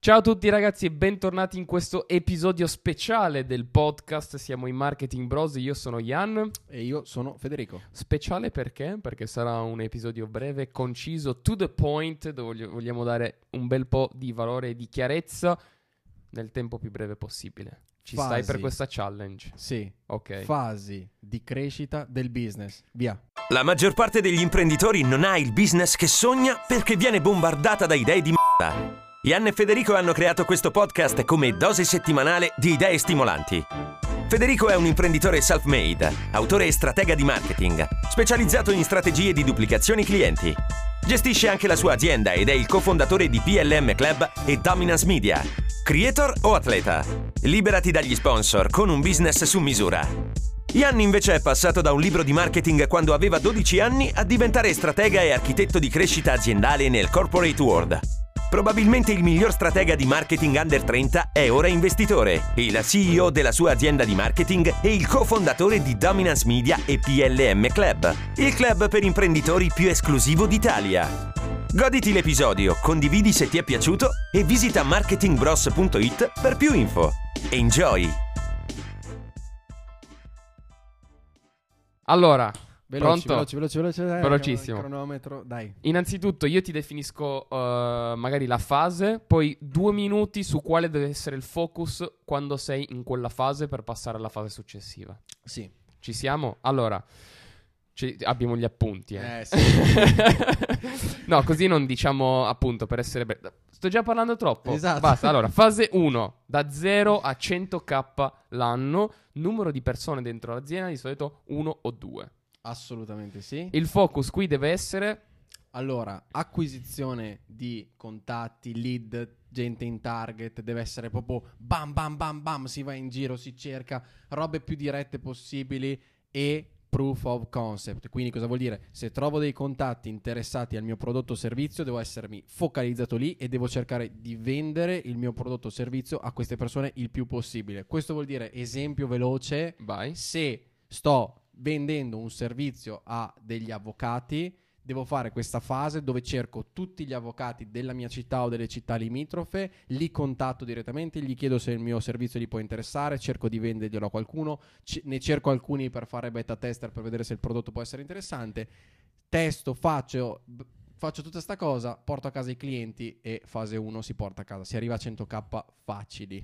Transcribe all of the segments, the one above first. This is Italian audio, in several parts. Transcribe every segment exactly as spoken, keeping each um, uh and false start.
Ciao a tutti ragazzi e bentornati in questo episodio speciale del podcast. Siamo i Marketing Bros, io sono Ian. E io sono Federico. Speciale perché? Perché sarà un episodio breve, conciso, to the point, dove vogliamo dare un bel po' di valore e di chiarezza nel tempo più breve possibile. Ci Fasi. stai per questa challenge? Sì. Ok. Fasi di crescita del business. Via. La maggior parte degli imprenditori non ha il business che sogna perché viene bombardata da idee di m***a. Ian e Federico hanno creato questo podcast come dose settimanale di idee stimolanti. Federico è un imprenditore self-made, autore e stratega di marketing, specializzato in strategie di duplicazioni clienti. Gestisce anche la sua azienda ed è il cofondatore di P L M Club e Dominance Media. Creator o atleta? Liberati dagli sponsor con un business su misura. Ian invece è passato da un libro di marketing quando aveva dodici anni a diventare stratega e architetto di crescita aziendale nel corporate world. Probabilmente il miglior stratega di marketing under trenta è ora investitore, il C E O della sua azienda di marketing e il cofondatore di Dominance Media e P L M Club, il club per imprenditori più esclusivo d'Italia. Goditi l'episodio, condividi se ti è piaciuto e visita marketing bros punto it per più info. Enjoy! Allora, Veloci, pronto? veloci, veloci, veloci. Dai, Velocissimo. il cronometro, dai. Innanzitutto io ti definisco uh, magari la fase, poi due minuti su quale deve essere il focus quando sei in quella fase per passare alla fase successiva. Sì. Ci siamo? Allora, ci- abbiamo gli appunti, eh. Eh, sì. No, così non diciamo appunto per essere... bre- Sto già parlando troppo. Esatto. Basta, allora, fase uno, da zero a cento k l'anno, numero di persone dentro l'azienda di solito uno o due. Assolutamente sì. Il focus qui deve essere... Allora, acquisizione di contatti, lead, gente in target, deve essere proprio bam bam bam bam, si va in giro, si cerca robe più dirette possibili e proof of concept. Quindi cosa vuol dire? Se trovo dei contatti interessati al mio prodotto o servizio, devo essermi focalizzato lì e devo cercare di vendere il mio prodotto o servizio a queste persone il più possibile. Questo vuol dire, esempio veloce, Vai. se sto vendendo un servizio a degli avvocati, devo fare questa fase dove cerco tutti gli avvocati della mia città o delle città limitrofe, li contatto direttamente, gli chiedo se il mio servizio gli può interessare, cerco di venderglielo a qualcuno, c- ne cerco alcuni per fare beta tester per vedere se il prodotto può essere interessante, testo, faccio, b- faccio tutta sta cosa, porto a casa i clienti e fase uno si porta a casa, si arriva a cento k facili.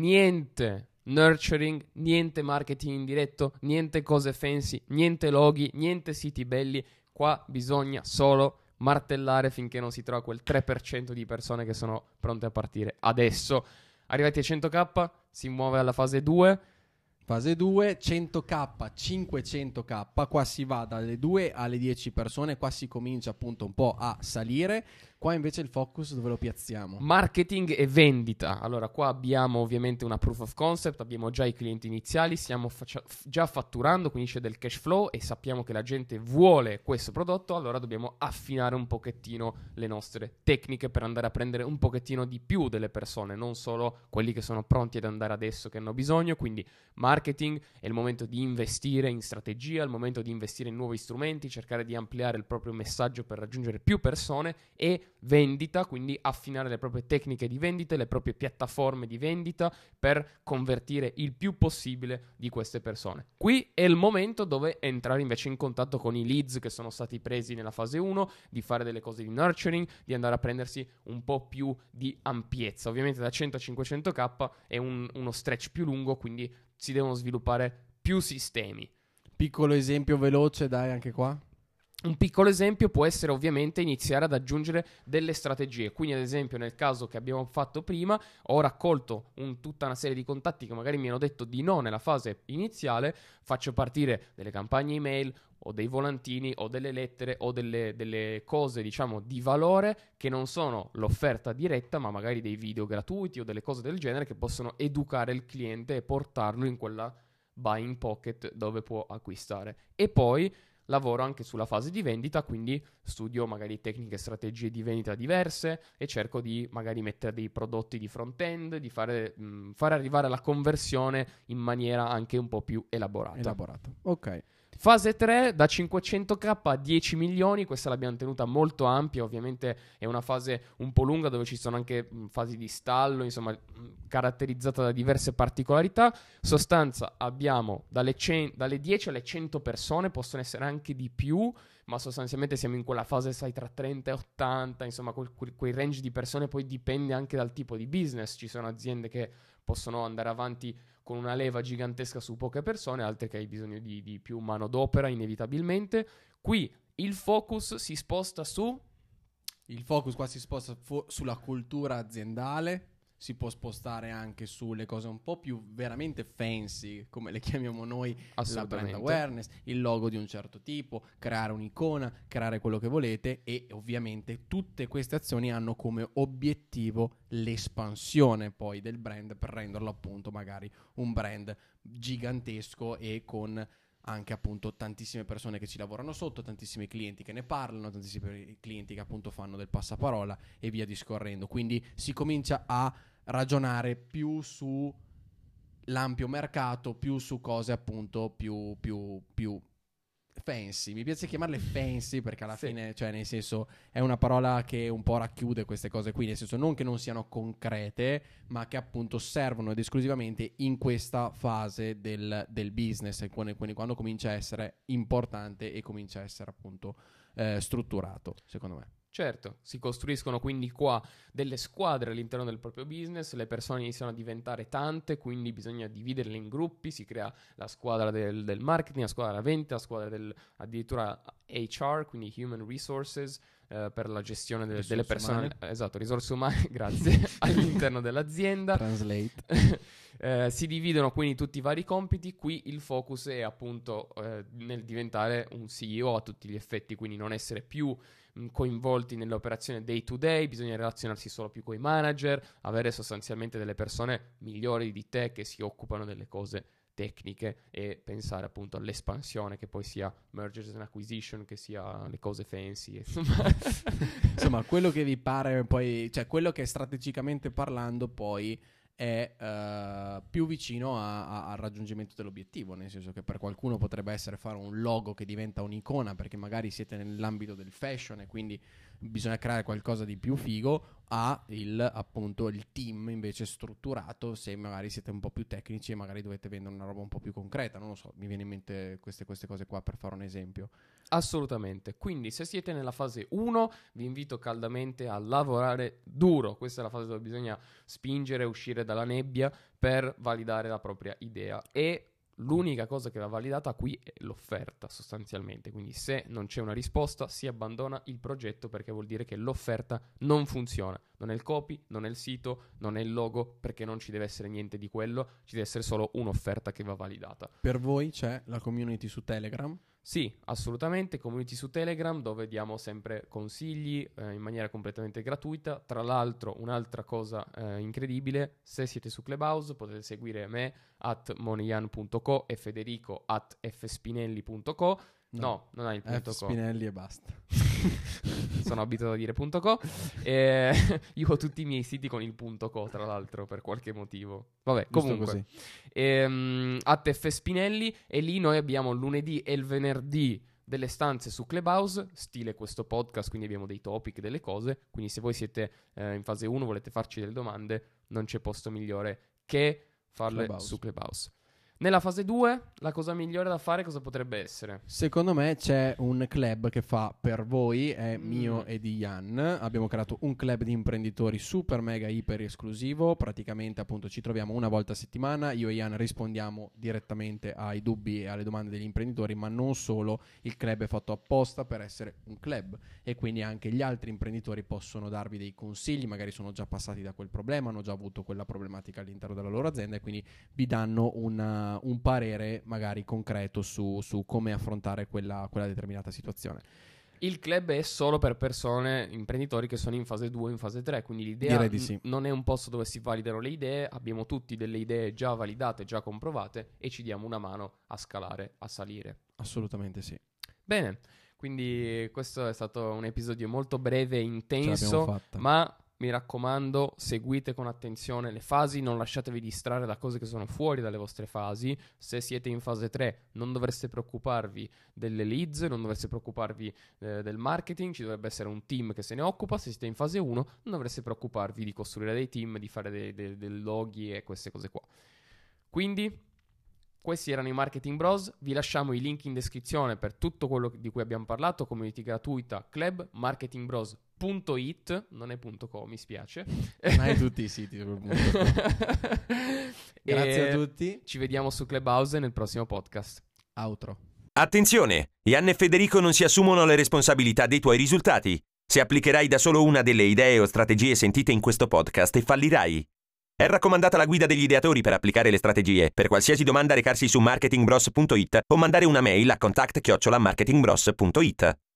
Niente nurturing, niente marketing indiretto, niente cose fancy, niente loghi, niente siti belli. Qua bisogna solo martellare finché non si trova quel tre per cento di persone che sono pronte a partire. Adesso, arrivati a cento k, si muove alla fase due. Fase due, cento k, cinquecento k, qua si va dalle due alle dieci persone, qua si comincia appunto un po' a salire, qua invece il focus dove lo piazziamo? Marketing e vendita. Allora, qua abbiamo ovviamente una proof of concept, abbiamo già i clienti iniziali, stiamo faccia- f- già fatturando, quindi c'è del cash flow e sappiamo che la gente vuole questo prodotto, allora dobbiamo affinare un pochettino le nostre tecniche per andare a prendere un pochettino di più delle persone, non solo quelli che sono pronti ad andare adesso che hanno bisogno, quindi marketing è il momento di investire in strategia, è il momento di investire in nuovi strumenti, cercare di ampliare il proprio messaggio per raggiungere più persone, e vendita, quindi affinare le proprie tecniche di vendita, le proprie piattaforme di vendita per convertire il più possibile di queste persone. Qui è il momento dove entrare invece in contatto con i leads che sono stati presi nella fase uno, di fare delle cose di nurturing, di andare a prendersi un po' più di ampiezza. Ovviamente da cento a cinquecento k è un- uno stretch più lungo, quindi si devono sviluppare più sistemi. Piccolo esempio veloce, dai, anche qua. Un piccolo esempio può essere ovviamente iniziare ad aggiungere delle strategie. Quindi ad esempio nel caso che abbiamo fatto prima ho raccolto un- tutta una serie di contatti che magari mi hanno detto di no nella fase iniziale, faccio partire delle campagne email o dei volantini o delle lettere o delle, delle cose diciamo di valore che non sono l'offerta diretta ma magari dei video gratuiti o delle cose del genere che possono educare il cliente e portarlo in quella buying pocket dove può acquistare. E poi lavoro anche sulla fase di vendita, quindi studio magari tecniche e strategie di vendita diverse e cerco di magari mettere dei prodotti di front-end, di fare, mh, fare arrivare la conversione in maniera anche un po' più elaborata. Elaborato. Ok. Fase tre, da cinquecento k a dieci milioni, questa l'abbiamo tenuta molto ampia, ovviamente è una fase un po' lunga dove ci sono anche mh, fasi di stallo, insomma mh, caratterizzata da diverse particolarità. Sostanza, abbiamo dalle, cen- dalle dieci alle cento persone, possono essere anche di più, ma sostanzialmente siamo in quella fase, sai, tra trenta e ottanta, insomma quel, quel, quei range di persone, poi dipende anche dal tipo di business, ci sono aziende che possono andare avanti con una leva gigantesca su poche persone, altre che hai bisogno di, di più manodopera inevitabilmente. Qui il focus si sposta su... Il focus qua si sposta fu- sulla cultura aziendale, si può spostare anche sulle cose un po' più veramente fancy, come le chiamiamo noi, la brand awareness, il logo di un certo tipo, creare un'icona, creare quello che volete, e ovviamente tutte queste azioni hanno come obiettivo l'espansione poi del brand per renderlo appunto magari un brand gigantesco e con anche appunto tantissime persone che ci lavorano sotto, tantissimi clienti che ne parlano, tantissimi clienti che appunto fanno del passaparola e via discorrendo. Quindi si comincia a ragionare più su l'ampio mercato, più su cose appunto più, più, più fancy. Mi piace chiamarle fancy perché alla sì. fine, cioè nel senso, è una parola che un po' racchiude queste cose qui, nel senso non che non siano concrete, ma che appunto servono ed esclusivamente in questa fase del, del business, e quando, quando comincia a essere importante e comincia a essere appunto eh, strutturato, secondo me. Certo, si costruiscono quindi qua delle squadre all'interno del proprio business, le persone iniziano a diventare tante, quindi bisogna dividerle in gruppi, si crea la squadra del, del marketing, la squadra della vendita, la squadra del addirittura H R, quindi Human Resources, eh, per la gestione de- delle persone, umane. esatto, risorse umane, grazie, all'interno dell'azienda. Translate. Eh, si dividono quindi tutti i vari compiti. Qui il focus è appunto eh, nel diventare un C E O a tutti gli effetti, quindi non essere più mh, coinvolti nelle operazioni day to day, bisogna relazionarsi solo più con i manager, avere sostanzialmente delle persone migliori di te che si occupano delle cose tecniche e pensare appunto all'espansione, che poi sia mergers and acquisition, che sia le cose fancy, insomma. Insomma, quello che vi pare poi, cioè quello che strategicamente parlando poi è uh, più vicino a, a, al raggiungimento dell'obiettivo, nel senso che per qualcuno potrebbe essere fare un logo che diventa un'icona perché magari siete nell'ambito del fashion e quindi bisogna creare qualcosa di più figo, a il appunto il team invece strutturato se magari siete un po' più tecnici e magari dovete vendere una roba un po' più concreta, non lo so, mi viene in mente queste, queste cose qua per fare un esempio. Assolutamente, quindi se siete nella fase uno vi invito caldamente a lavorare duro, questa è la fase dove bisogna spingere, uscire dalla nebbia per validare la propria idea, e l'unica cosa che va validata qui è l'offerta sostanzialmente, quindi se non c'è una risposta si abbandona il progetto perché vuol dire che l'offerta non funziona, non è il copy, non è il sito, non è il logo, perché non ci deve essere niente di quello, ci deve essere solo un'offerta che va validata. Per voi c'è la community su Telegram? Sì, assolutamente, community su Telegram dove diamo sempre consigli eh, in maniera completamente gratuita. Tra l'altro, un'altra cosa eh, incredibile, se siete su Clubhouse potete seguire me at monian punto co e Federico at fspinelli punto co. No, no, non hai il punto F co. Spinelli e basta. Sono abituato a dire punto co. E io ho tutti i miei siti con il punto co, tra l'altro, per qualche motivo. Vabbè, Giusto comunque. così. Ehm, at fspinelli, e lì noi abbiamo il lunedì e il venerdì delle stanze su Clubhouse, stile questo podcast, quindi abbiamo dei topic, delle cose, quindi se voi siete eh, in fase uno, volete farci delle domande, non c'è posto migliore che farle Clubhouse. su Clubhouse. Nella fase due, la cosa migliore da fare cosa potrebbe essere? Secondo me c'è un club che fa per voi, è Mm. mio e di Jan. Abbiamo creato un club di imprenditori super mega iper esclusivo. Praticamente appunto ci troviamo una volta a settimana. Io e Jan rispondiamo direttamente ai dubbi e alle domande degli imprenditori, ma non solo. Il club è fatto apposta per essere un club e quindi anche gli altri imprenditori possono darvi dei consigli. Magari sono già passati da quel problema, hanno già avuto quella problematica all'interno della loro azienda e quindi vi danno una un parere magari concreto su, su come affrontare quella, quella determinata situazione. Il club è solo per persone, imprenditori che sono in fase due o in fase tre, quindi l'idea Direi di sì. n- non è un posto dove si validano le idee, abbiamo tutti delle idee già validate, già comprovate e ci diamo una mano a scalare, a salire. Assolutamente sì. Bene, quindi questo è stato un episodio molto breve e Ce intenso, l'abbiamo fatta. ma mi raccomando, seguite con attenzione le fasi, non lasciatevi distrarre da cose che sono fuori dalle vostre fasi. Se siete in fase tre non dovreste preoccuparvi delle leads, non dovreste preoccuparvi eh, del marketing, ci dovrebbe essere un team che se ne occupa. Se siete in fase uno non dovreste preoccuparvi di costruire dei team, di fare dei, dei, dei loghi e queste cose qua. Quindi questi erano i Marketing Bros, vi lasciamo i link in descrizione per tutto quello di cui abbiamo parlato, community gratuita, club, marketing bros punto it, non è .co, mi spiace. Non hai tutti i siti sul mondo. Grazie a tutti. Ci vediamo su Clubhouse nel prossimo podcast. Outro. Attenzione! Ian e Federico non si assumono le responsabilità dei tuoi risultati. Se applicherai da solo una delle idee o strategie sentite in questo podcast, fallirai. È raccomandata la guida degli ideatori per applicare le strategie. Per qualsiasi domanda recarsi su marketing bros punto it o mandare una mail a contact chiocciola marketing bros punto it.